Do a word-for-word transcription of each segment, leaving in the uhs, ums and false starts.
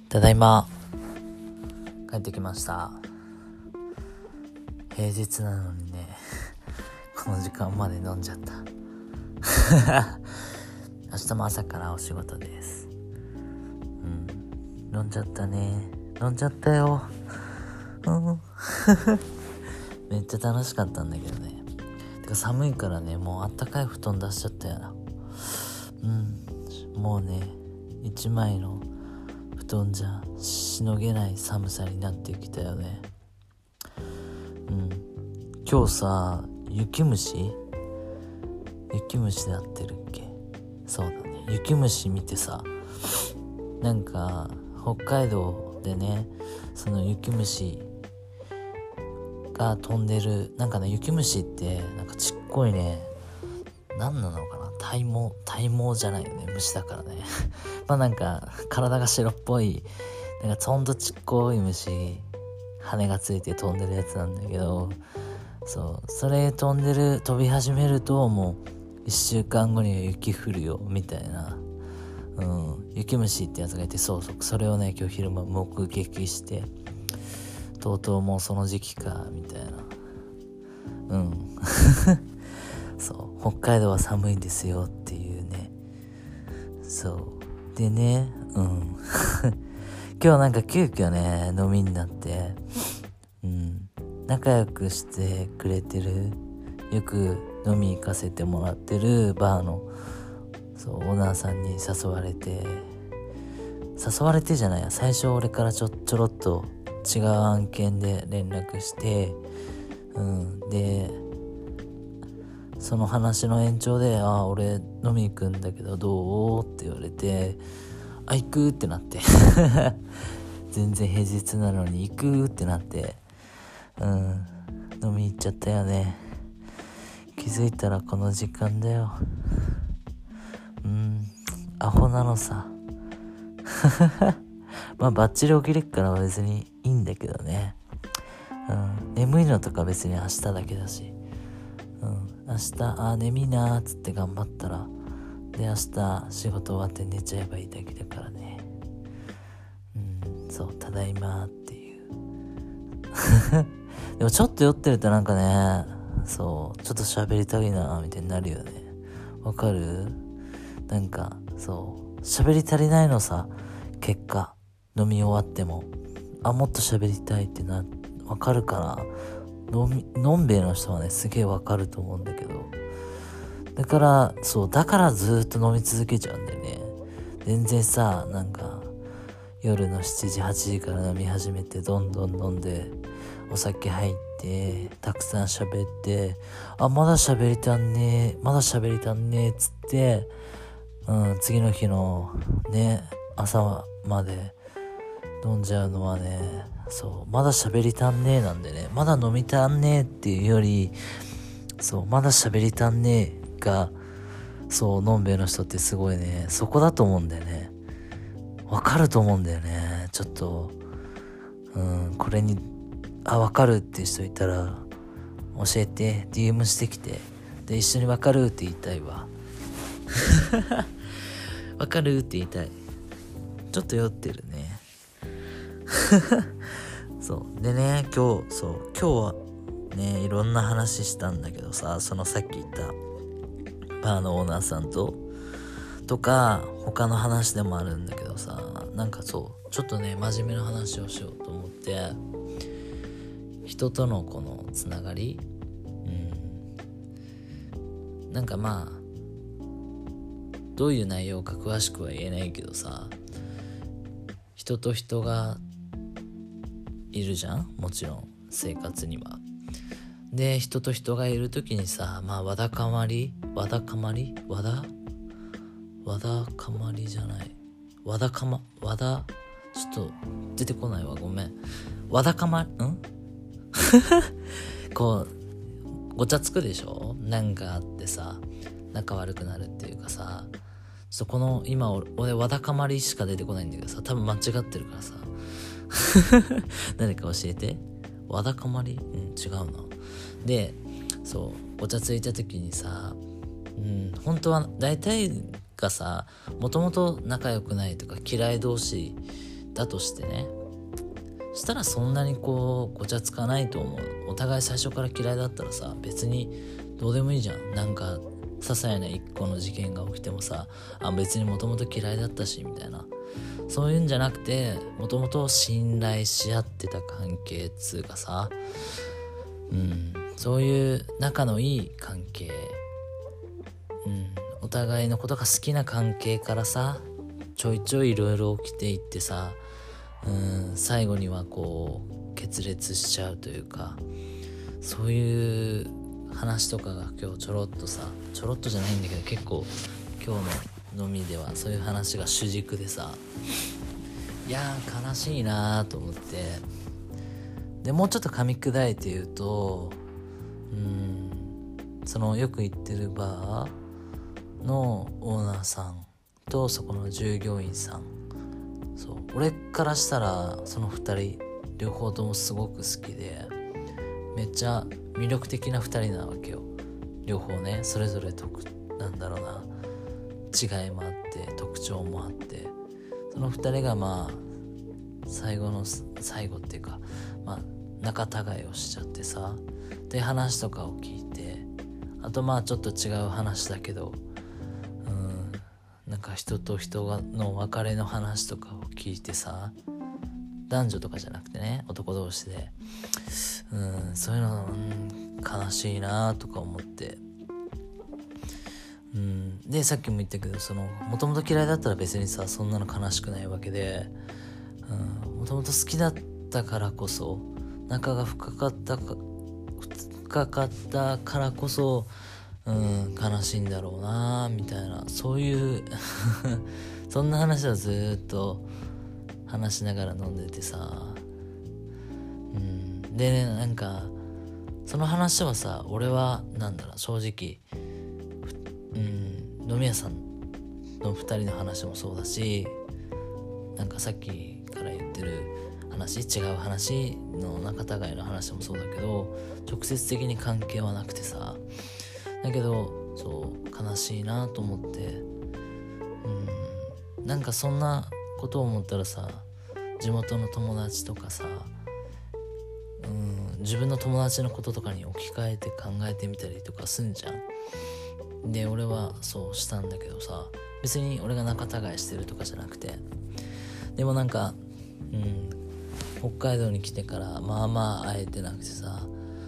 ただいま帰ってきました。平日なのにねこの時間まで飲んじゃった明日も朝からお仕事です。うん飲んじゃったね飲んじゃったようんめっちゃ楽しかったんだけどね。てか寒いからね、もうあったかい布団出しちゃったよな。うんもうね一枚の布団じゃしのげない寒さになってきたよね。うん今日さ雪虫雪虫で合ってるっけ。そうだね雪虫見てさ、なんか北海道でねその雪虫が飛んでる、なんかね雪虫ってなんかちっこいね、なんなのかな、体毛体毛じゃないよね、虫だからねまあなんか体が白っぽい、なんかほんとちっこい虫、羽がついて飛んでるやつなんだけど、そうそれ飛んでる飛び始めるともういっしゅうかんごには雪降るよみたいな、うん雪虫ってやつがいて、そうそうそれをね今日昼間目撃して、とうとうもうその時期かみたいな。うんそう北海道は寒いんですよっていうね。そうでねうん今日なんか急遽ね飲みになって、うん仲良くしてくれてる、よく飲み行かせてもらってるバーのそうオーナーさんに誘われて誘われてじゃないや最初俺からちょちょろっと違う案件で連絡して、うんでその話の延長で、あ俺飲み行くんだけどどうって言われて、あ行くってなって全然平日なのに行くってなって、うん飲み行っちゃったよね。気づいたらこの時間だよ。うんアホなのさまあバッチリ起きれっから別にいいんだけどね。うん眠いのとか別に明日だけだし、うん明日あ眠いなーっつって頑張ったら、で明日仕事終わって寝ちゃえばいいだけだからね。うんそうただいまっていうでもちょっと酔ってるとなんかね、そうちょっと喋りたいなみたいになるよね。わかる？なんかそう喋り足りないのさ、結果飲み終わってもあもっと喋りたいってなわかるかな。のみのんべえの人はねすげえわかると思うんだけど、だからそうだからずっと飲み続けちゃうんだよね。全然さなんか夜のしちじはちじから飲み始めてどんどん飲んでお酒入ってたくさん喋って、あまだ喋りたんねまだ喋りたんねっつって、うん次の日のね朝まで飲んじゃうのはね、そうまだ喋りたんねえなんでね、まだ飲みたんねえっていうより、そうまだ喋りたんねえがそうのんべえの人ってすごいね、そこだと思うんだよね。わかると思うんだよね。ちょっとうんこれにあわかるっていう人いたら教えて ディーエム してきて、で一緒にわかるって言いたいわわかるって言いたい。ちょっと酔ってるねそうでね今日そう今日はねいろんな話したんだけどさ、そのさっき言ったバーのオーナーさんととか他の話でもあるんだけどさ、なんかそうちょっとね真面目な話をしようと思って、人とのこのつながり、うんなんかまあどういう内容か詳しくは言えないけどさ、人と人がいるじゃん、もちろん生活には。で人と人がいるときにさ、まあわだかまりわだかまりわだわだかまりじゃないわだかまわだちょっと出てこないわごめん。わだかまんこうごちゃつくでしょ、なんかあってさ仲悪くなるっていうかさ、ちょっとこの今俺わだかまりしか出てこないんだけどさ、多分間違ってるからさ誰か教えて。わだかまりうん違うな。でそうごちゃついた時にさ、うん本当は大体がさもともと仲良くないとか嫌い同士だとしてね、したらそんなにこうごちゃつかないと思う。お互い最初から嫌いだったらさ、別にどうでもいいじゃん。なんか些細な一個の事件が起きてもさ、あ別にもともと嫌いだったしみたいな、そういうんじゃなくて、もともと信頼し合ってた関係っつうかさ、うんそういう仲のいい関係、うんお互いのことが好きな関係からさ、ちょいちょいいろいろ起きていってさ、うん最後にはこう決裂しちゃうというか、そういう話とかが今日ちょろっとさ、ちょろっとじゃないんだけど、結構今日の飲みではそういう話が主軸でさ、いやー悲しいなーと思って、でもうちょっと噛み砕いて言うと、うんそのよく行ってるバーのオーナーさんとそこの従業員さん、そう俺からしたらそのふたり両方ともすごく好きで、めっちゃ魅力的なふたりなわけよ。両方ね、それぞれ特なんだろうな違いもあって特徴もあって、そのふたりがまあ最後の最後っていうか、まあ仲違いをしちゃってさ、で話とかを聞いて、あとまあちょっと違う話だけど、うんなんか人と人がの別れの話とかを聞いてさ、男女とかじゃなくてね、男同士で、うんそういうの、うん、悲しいなとか思って、うん、でさっきも言ったけど、そのもともと嫌いだったら別にさそんなの悲しくないわけで、もともと好きだったからこそ、仲が深かったか深かったからこそ、うん、悲しいんだろうなみたいな、そういうそんな話をずっと話しながら飲んでてさ、うん、でね、なんかその話はさ、俺はなんだろう正直、うん、飲み屋さんのふたりの話もそうだし、なんかさっきから言ってる話、違う話の仲違いの話もそうだけど、直接的に関係はなくてさ、だけどそう悲しいなと思って、うんなんかそんなことを思ったらさ、地元の友達とかさ、うん自分の友達のこととかに置き換えて考えてみたりとかすんじゃん。で俺はそうしたんだけどさ、別に俺が仲違いしてるとかじゃなくて、でもなんか、うん、北海道に来てからまあまあ会えてなくてさ、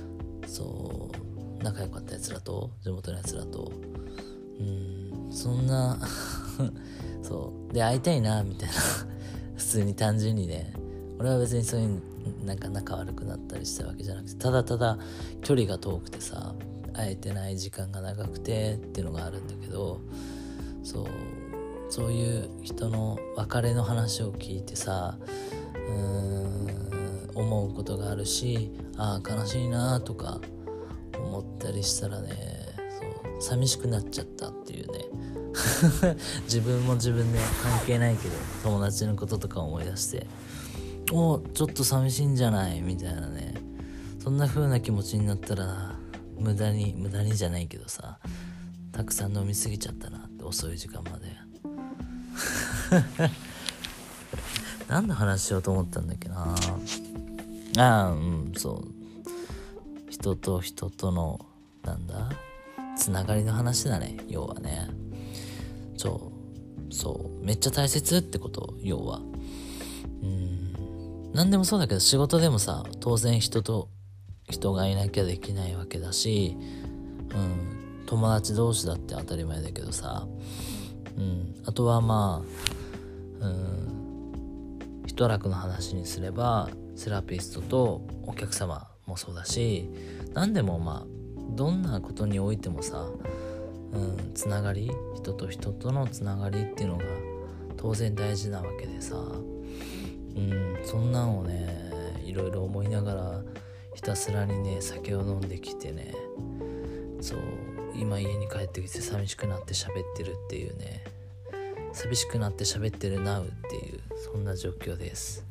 そう仲良かったやつらと、地元のやつらと、うんそんなそうで会いたいなみたいな普通に単純にね、俺は別にそういうなんか仲悪くなったりしたわけじゃなくて、ただただ距離が遠くてさ、会えてない時間が長くてっていうのがあるんだけど、そうそういう人の別れの話を聞いてさ、うーん思うことがあるし、ああ悲しいなとか思ったりしたらね、そう寂しくなっちゃったっていうね自分も自分で関係ないけど友達のこととか思い出して、おちょっと寂しいんじゃないみたいなね、そんな風な気持ちになったら、無駄に無駄にじゃないけどさ、たくさん飲みすぎちゃったなって、遅い時間まで何の話しようと思ったんだっけなああうんそう人と人とのなんだつながりの話だね、要はね。そうそうめっちゃ大切ってこと、要はうん何でもそうだけど、仕事でもさ当然人と人がいなきゃできないわけだし、うん友達同士だって当たり前だけどさ、うんあとはまあうん一楽の話にすればセラピストとお客様もそうだし、何でもまあどんなことにおいてもさ、うんつながり、人と人とのつながりっていうのが当然大事なわけでさ、うんそんなんをねいろいろ思いながらひたすらにね酒を飲んできてね、そう今家に帰ってきて寂しくなって喋ってるっていうね、寂しくなって喋ってる Now っていうそんな状況です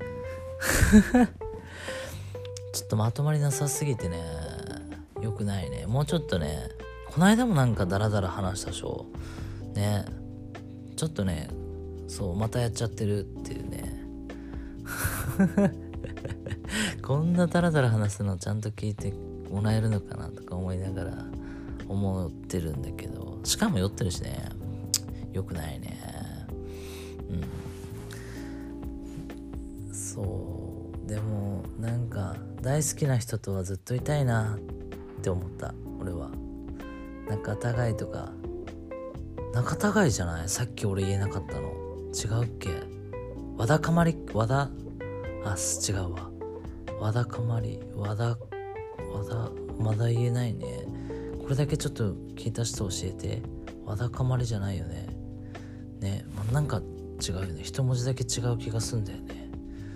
ちょっとまとまりなさすぎてねよくないね。もうちょっとね、この間もなんかダラダラ話したでしょね、ちょっとねそうまたやっちゃってるっていうね、 こんなダラダラ話すのちゃんと聞いてもらえるのかなとか思いながら思ってるんだけど、しかも酔ってるしね、よくないね。うんそうでもなんか大好きな人とはずっといたいなって思った。俺は仲違いとか、仲違いじゃない？さっき俺言えなかったの違うっけ？わだかまりわだあ違うわわだかまりわだわだまだ言えないね。これだけちょっと聞いた人教えて。わだかまりじゃないよね。ね、まあ、なんか違うよね。一文字だけ違う気がすんだよね。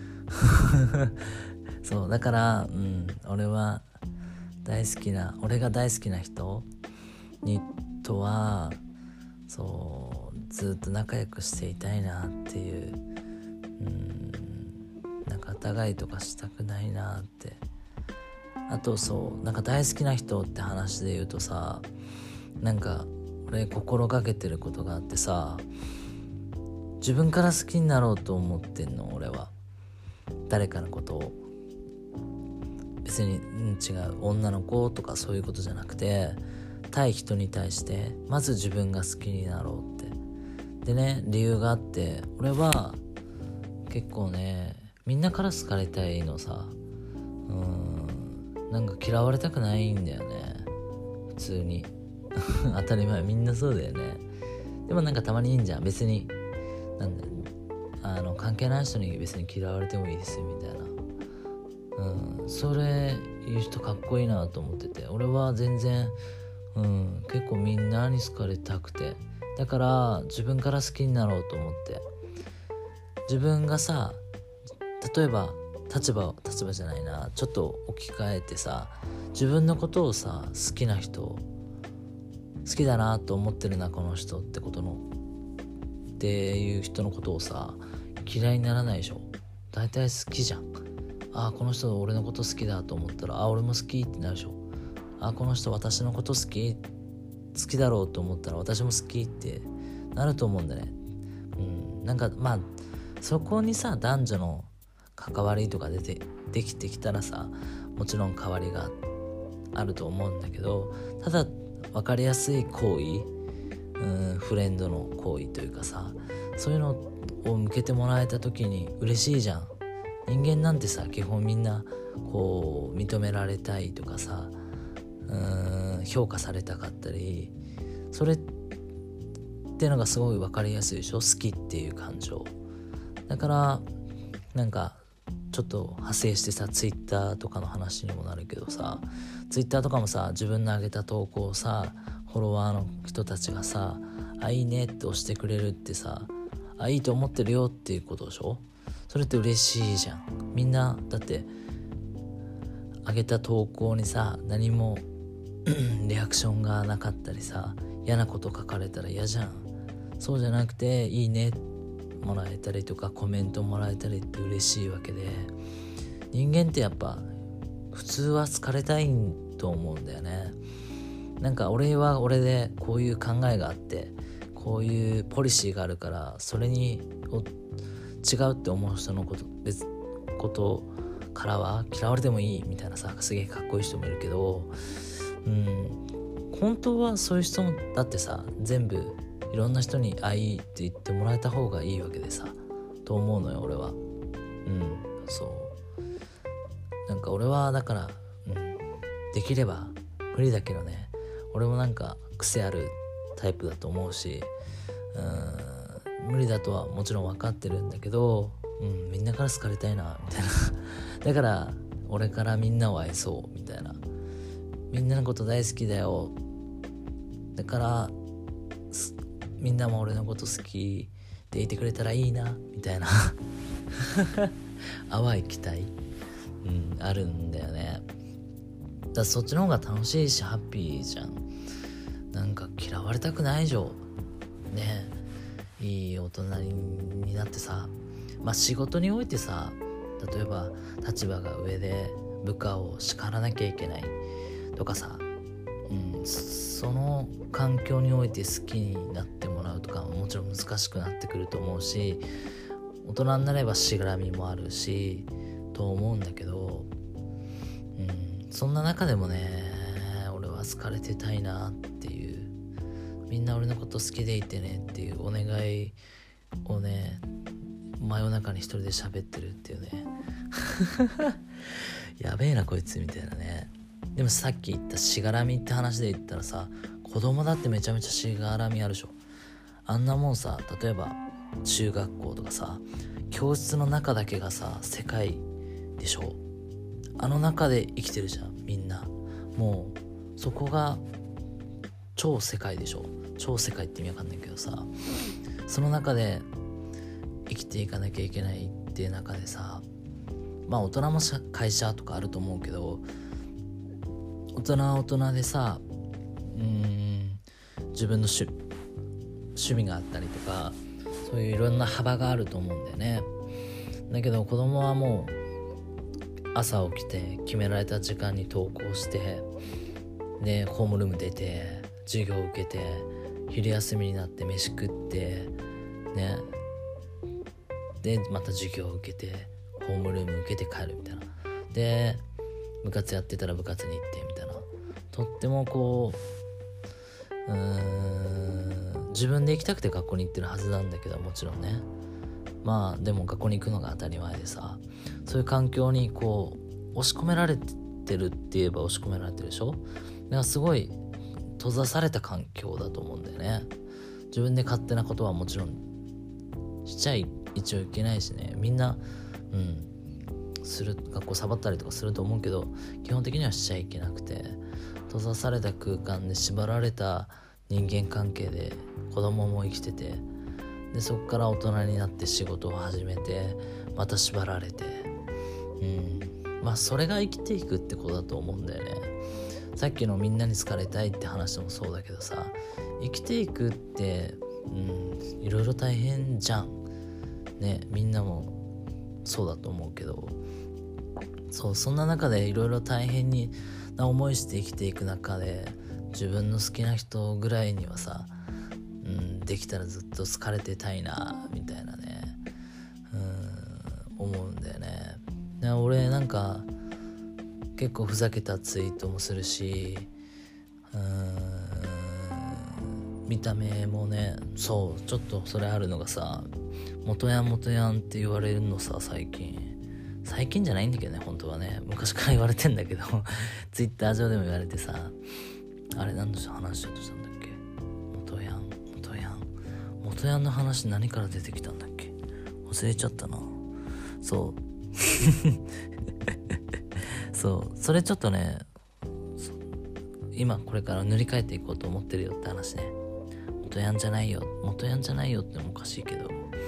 そうだからうん俺は大好きな俺が大好きな人にとはそうずっと仲良くしていたいなっていう、うん仲違いとかしたくないなって。あとそうなんか大好きな人って話で言うとさ、なんか俺心がけてることがあってさ、自分から好きになろうと思ってんの俺は。誰かのことを別に、うん、違う女の子とかそういうことじゃなくて、対人に対してまず自分が好きになろうってでね、理由があって、俺は結構ねみんなから好かれたいのさ。うーんなんか嫌われたくないんだよね普通に。当たり前、みんなそうだよね。でもなんかたまにいいんじゃん、別になんだあの関係ない人に別に嫌われてもいいですよみたいな。うんそれ言う人かっこいいなと思ってて、俺は全然うん結構みんなに好かれたくて、だから自分から好きになろうと思って、自分がさ例えば立場立場じゃないなちょっと置き換えてさ、自分のことをさ好きな人好きだなと思ってるなこの人ってことのっていう人のことをさ嫌いにならないでしょ。大体好きじゃん。あこの人俺のこと好きだと思ったらあ俺も好きってなるでしょ。あこの人私のこと好き好きだろうと思ったら私も好きってなると思うんだね。うんなんかまあそこにさ男女の関わりとか出てできてきたらさもちろん変わりがあると思うんだけど、ただ分かりやすい行為、うんフレンドの行為というかさ、そういうのを向けてもらえた時に嬉しいじゃん。人間なんてさ基本みんなこう認められたいとかさ、うん評価されたかったり、それってのがすごい分かりやすいでしょ、好きっていう感情だから。なんかちょっと派生してさ、ツイッターとかの話にもなるけどさ、ツイッターとかもさ自分の上げた投稿をさフォロワーの人たちがさあいいねって押してくれるってさ、あいいと思ってるよっていうことでしょ。それって嬉しいじゃん。みんなだって上げた投稿にさ何もリアクションがなかったりさ嫌なこと書かれたら嫌じゃん。そうじゃなくていいねもらえたりとかコメントもらえたりって嬉しいわけで、人間ってやっぱ普通は好かれたいと思うんだよね。なんか俺は俺でこういう考えがあってこういうポリシーがあるから、それに違うって思う人のこと別ことからは嫌われてもいいみたいなさ、すげえかっこいい人もいるけど、うん本当はそういう人もだってさ全部いろんな人にあいいって言ってもらえた方がいいわけでさと思うのよ俺は。うんそうなんか俺はだから、うん、できれば無理だけどね、俺もなんか癖あるタイプだと思うし、うん無理だとはもちろん分かってるんだけど、うん、みんなから好かれたいなみたいなだから俺からみんなを愛そうみたいな、みんなのこと大好きだよだからみんなも俺のこと好きでいてくれたらいいなみたいな淡い期待、うん、あるんだよね。だからそっちの方が楽しいしハッピーじゃん。なんか嫌われたくないでしょね。いい大人になってさ、まあ仕事においてさ例えば立場が上で部下を叱らなきゃいけないとかさ、うん、その環境において好きになってもらうとかももちろん難しくなってくると思うし、 大人になればしがらみもあるしと思うんだけど、うん、そんな中でもね俺は好かれてたいなっていう、みんな俺のこと好きでいてねっていうお願いをね真夜中に一人で喋ってるっていうねやべえなこいつみたいなね。でもさっき言ったしがらみって話で言ったらさ、子供だってめちゃめちゃしがらみあるでしょ。あんなもんさ、例えば中学校とかさ、教室の中だけがさ世界でしょ。あの中で生きてるじゃんみんな。もうそこが超世界でしょ。超世界って意味わかんないけどさ、その中で生きていかなきゃいけないっていう中でさ、まあ大人も会社とかあると思うけど、大人は大人でさ、うーん自分の趣趣味があったりとか、そういういろんな幅があると思うんだよね。だけど子供はもう朝起きて決められた時間に登校して、でホームルーム出て授業受けて、昼休みになって飯食ってね、でまた授業受けてホームルーム受けて帰るみたいな。で部活やってたら部活に行ってみたいな。とってもこううーん自分で行きたくて学校に行ってるはずなんだけど、もちろんね、まあでも学校に行くのが当たり前でさ、そういう環境にこう押し込められてるって言えば押し込められてるでしょ。だからすごい閉ざされた環境だと思うんだよね。自分で勝手なことはもちろんしちゃい一応いけないしね、みんなうんする、学校サボったりとかすると思うけど、基本的にはしちゃいけなくて、閉ざされた空間で縛られた人間関係で子供も生きてて、でそこから大人になって仕事を始めてまた縛られて、うんまあそれが生きていくってことだと思うんだよね。さっきのみんなに好かれたいって話もそうだけどさ、生きていくってうんいろいろ大変じゃんね。みんなもそうだと思うけど、そうそんな中でいろいろ大変にな思いして生きていく中で、自分の好きな人ぐらいにはさ、うん、できたらずっと好かれてたいなみたいなね、うん思うんだよね。で俺なんか結構ふざけたツイートもするし、うーん見た目もね、そうちょっとそれあるのがさ、元ヤン元ヤンって言われるのさ、最近最近じゃないんだけどね、本当はね昔から言われてんだけどツイッター上でも言われてさ、あれ何の話しようとしたんだっけ。元ヤン元ヤン元ヤンの話何から出てきたんだっけ、忘れちゃったな。そうそうそれちょっとね、今これから塗り替えていこうと思ってるよって話ね。元ヤンじゃないよ元ヤンじゃないよってもおかしいけど、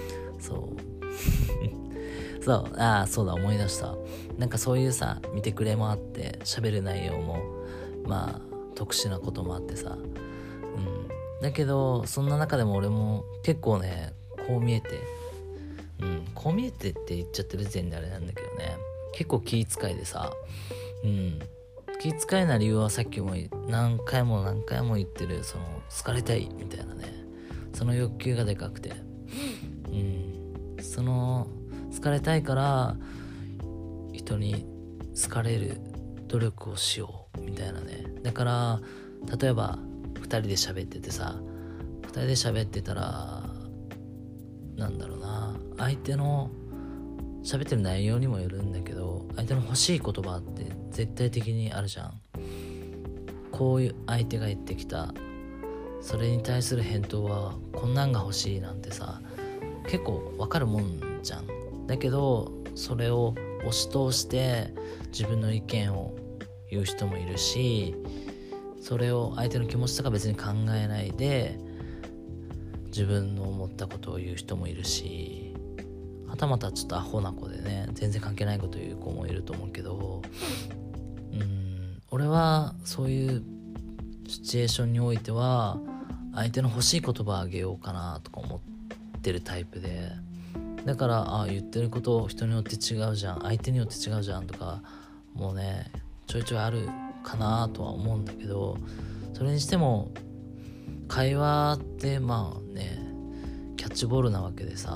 そうそうああそうだ思い出した。なんかそういうさ見てくれもあって喋る内容もまあ特殊なこともあってさ、うんだけどそんな中でも俺も結構ねこう見えてうんこう見えてって言っちゃってる時点であれなんだけどね、結構気遣いでさ、うん気遣いな理由はさっきも何回も何回も言ってるその好かれたいみたいなね、その欲求がでかくて、うんその好かれたいから人に好かれる努力をしようみたいなね。だから例えばふたりで喋っててさ、ふたりで喋ってたらなんだろうな、相手の喋ってる内容にもよるんだけど、相手の欲しい言葉って絶対的にあるじゃん。こういう相手が言ってきた、それに対する返答はこんなんが欲しいなんてさ結構わかるもんじゃん。だけどそれを押し通して自分の意見を言う人もいるし、それを相手の気持ちとか別に考えないで自分の思ったことを言う人もいるし、はたまたちょっとアホな子でね全然関係ないこと言う子もいると思うけど、うん俺はそういうシチュエーションにおいては相手の欲しい言葉をあげようかなとか思ってるタイプで、だからあ言ってること人によって違うじゃん、相手によって違うじゃんとかもうねちょいちょいあるかなとは思うんだけど、それにしても会話ってまあねキャッチボールなわけでさ、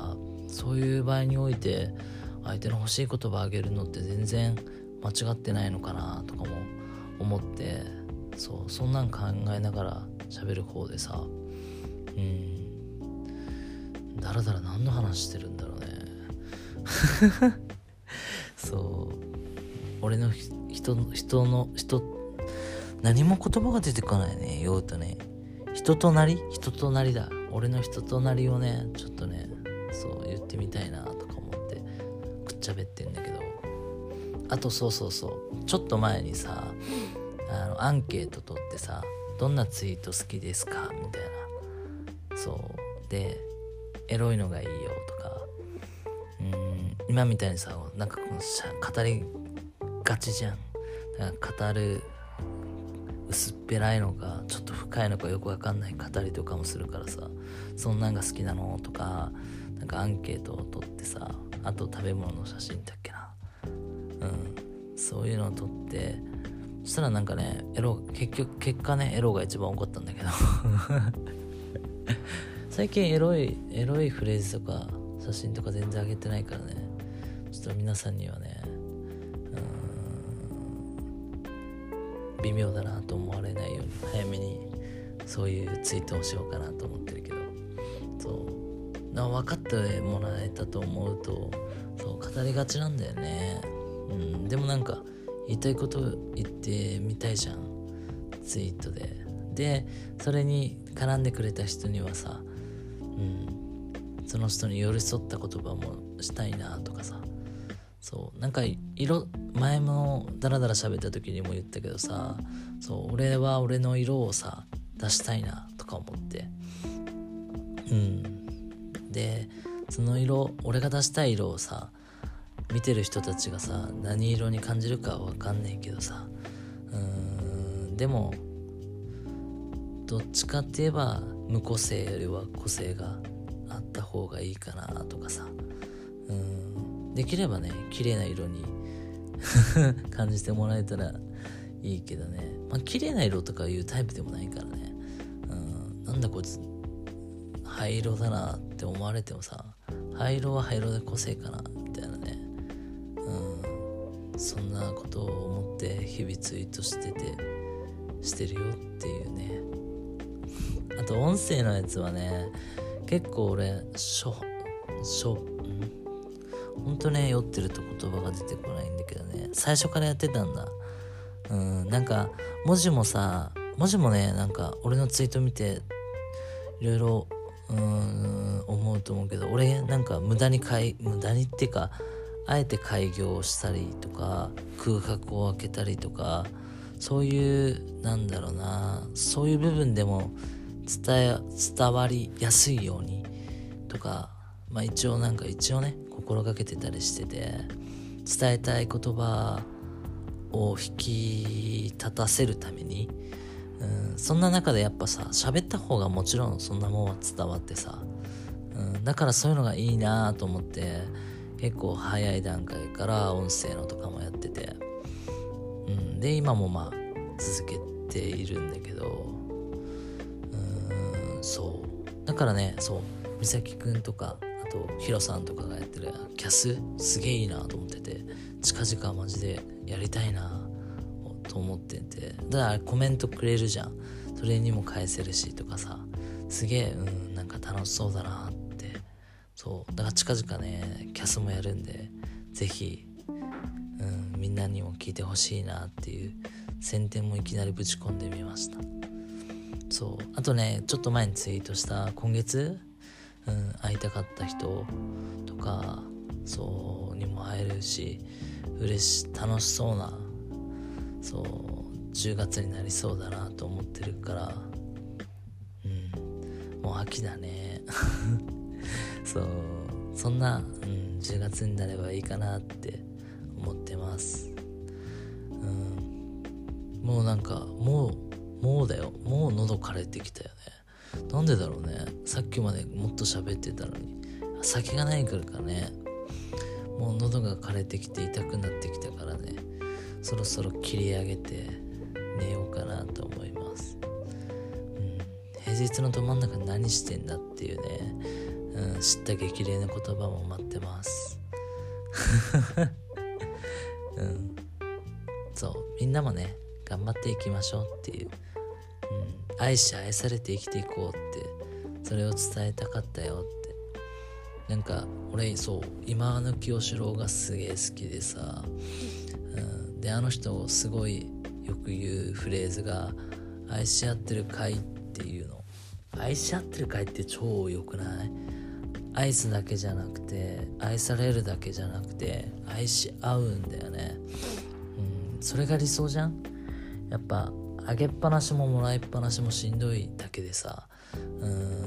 そういう場合において相手の欲しい言葉あげるのって全然間違ってないのかなとかも思って、そうそんなん考えながら喋る方でさ、うんだらだら何の話してるんだろうねそう俺の人人の人何も言葉が出てこないね。酔うとね、人となり人となりだ俺の人となりをねちょっとねそう言ってみたいなとか思ってくっちゃべってんだけど、あとそうそうそうちょっと前にさあのアンケート取ってさ、どんなツイート好きですかみたいな、そうでエロいのがいいよとか、うーん今みたいにさなんかこの語りがちじゃん。だから語る薄っぺらいのかちょっと深いのかよくわかんない語りとかもするからさ、そんなんが好きなのとか、なんかアンケートを取ってさ、あと食べ物の写真だっけな、うんそういうのを撮って、そしたらなんかねエロ結局結果ねエロが一番多かったんだけど最近エロいエロいフレーズとか写真とか全然上げてないからね、ちょっと皆さんにはねうーん微妙だなと思われないように早めにそういうツイートをしようかなと思ってるけど、そうな分かってもらえたと思うとそう語りがちなんだよね。うんでもなんか言いたいこと言ってみたいじゃんツイートで。でそれに絡んでくれた人にはさ、うんその人に寄り添った言葉もしたいなとかさ、そうなんか色前もダラダラ喋った時にも言ったけどさ、そう俺は俺の色をさ出したいなとか思って、うんでその色俺が出したい色をさ見てる人たちがさ何色に感じるかは分かんないけどさ、うーんでもどっちかって言えば無個性よりは個性があった方がいいかなとかさ、うーんできればね綺麗な色に感じてもらえたらいいけどね、まあ綺麗な色とかいうタイプでもないからね、うんなんだこいつ灰色だなって思われてもさ、灰色は灰色で個性かなみたいなね、うんそんなことを思って日々ツイートしててしてるよっていうね。あと音声のやつはね結構俺しょしょんほんとね酔ってると言葉が出てこないんだけどね、最初からやってたんだ。うんなんか文字もさ文字もねなんか俺のツイート見ていろいろうーん思うと思うけど、俺なんか無駄にかい無駄にっていうかあえて改行をしたりとか空白を空けたりとか、そういうなんだろうなそういう部分でも伝え伝わりやすいようにとか、まあ一応なんか一応ね心がけてたりしてて、伝えたい言葉を引き立たせるために、うん、そんな中でやっぱさ喋った方がもちろんそんなもんは伝わってさ、うん、だからそういうのがいいなと思って結構早い段階から音声のとかもやってて、うん、で今もまあ続けているんだけど、うーんそうだからねそう美咲くんとかあとヒロさんとかがやってるキャスすげえいいなと思ってて、近々マジでやりたいなと思ってて、だからコメントくれるじゃん、それにも返せるしとかさ、すげえうんなんか楽しそうだなって、そうだから近々ねキャスもやるんでぜひ、うん、みんなにも聞いてほしいなっていう宣伝もいきなりぶち込んでみました。そうあとねちょっと前にツイートした今月、うん、会いたかった人とかそうにも会えるし嬉し楽しそうなそうじゅうがつになりそうだなと思ってるから、うんもう秋だねそうそんな、うん、じゅうがつになればいいかなって思ってます。うんもうなんかもうもうだよもう喉枯れてきたよね。なんでだろうね、さっきまでもっと喋ってたのに酒がないからかね、もう喉が枯れてきて痛くなってきたからね、そろそろ切り上げて寝ようかなと思います。うん、平日のど真ん中に何してんだっていうね、ううん、知った激励の言葉も待ってますうんそうみんなもね頑張っていきましょうっていう、うん、愛し愛されて生きていこうってそれを伝えたかったよって。なんか俺そう今の清志郎がすげえ好きでさ、うん、であの人すごいよく言うフレーズが愛し合ってる会っていうの。愛し合ってる会って超良くない？愛すだけじゃなくて愛されるだけじゃなくて愛し合うんだよね。うん、それが理想じゃん。やっぱあげっぱなしももらいっぱなしもしんどいだけでさ、う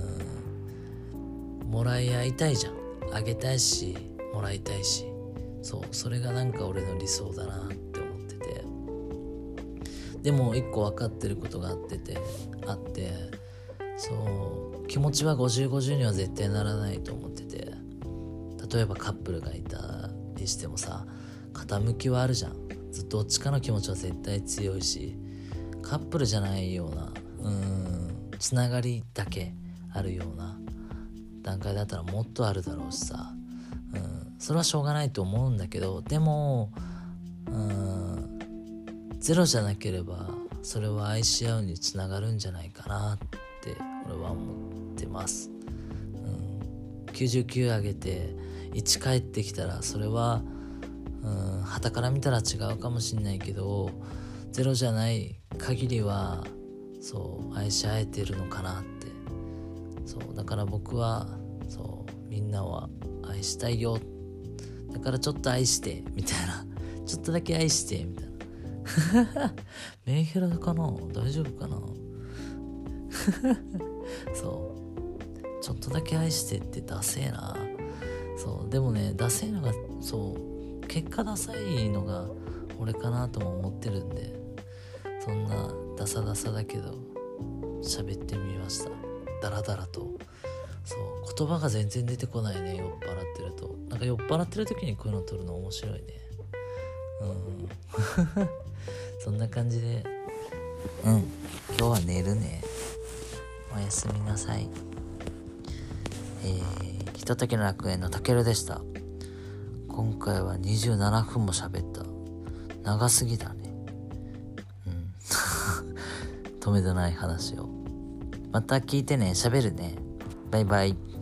ーんもらい合いたいじゃん。あげたいしもらいたいし、そうそれがなんか俺の理想だなって思ってて。でも一個分かってることがあっててあってそう気持ちはごじゅうごじゅうには絶対ならないと思ってて、例えばカップルがいたりしてもさ傾きはあるじゃん。どっちかの気持ちは絶対強いし、カップルじゃないようなうーんつながりだけあるような段階だったらもっとあるだろうしさ、うん、それはしょうがないと思うんだけど、でもうーんゼロじゃなければそれは愛し合うにつながるんじゃないかなって俺は思ってます、うん、きゅうじゅうきゅうあげていち返ってきたらそれはうん傍から見たら違うかもしんないけどゼロじゃない限りはそう愛し合えてるのかなって。そうだから僕はそうみんなは愛したいよ、だからちょっと愛してみたいなちょっとだけ愛してみたいなメンヘラかな、大丈夫かなそうちょっとだけ愛してってダセえな。そうでもねダセえのがそう結果ダサいのが俺かなとも思ってるんで、そんなダサダサだけど喋ってみました。ダラダラと。そう言葉が全然出てこないね、酔っ払ってると。なんか酔っ払ってる時にこういうの撮るの面白いね。うんそんな感じでうん今日は寝るね。おやすみなさい。えー、ひとときの楽園のたけるでした。今回はにじゅうななふんも喋った。長すぎだね。うん止めどない話をまた聞いてね。喋るね。バイバイ。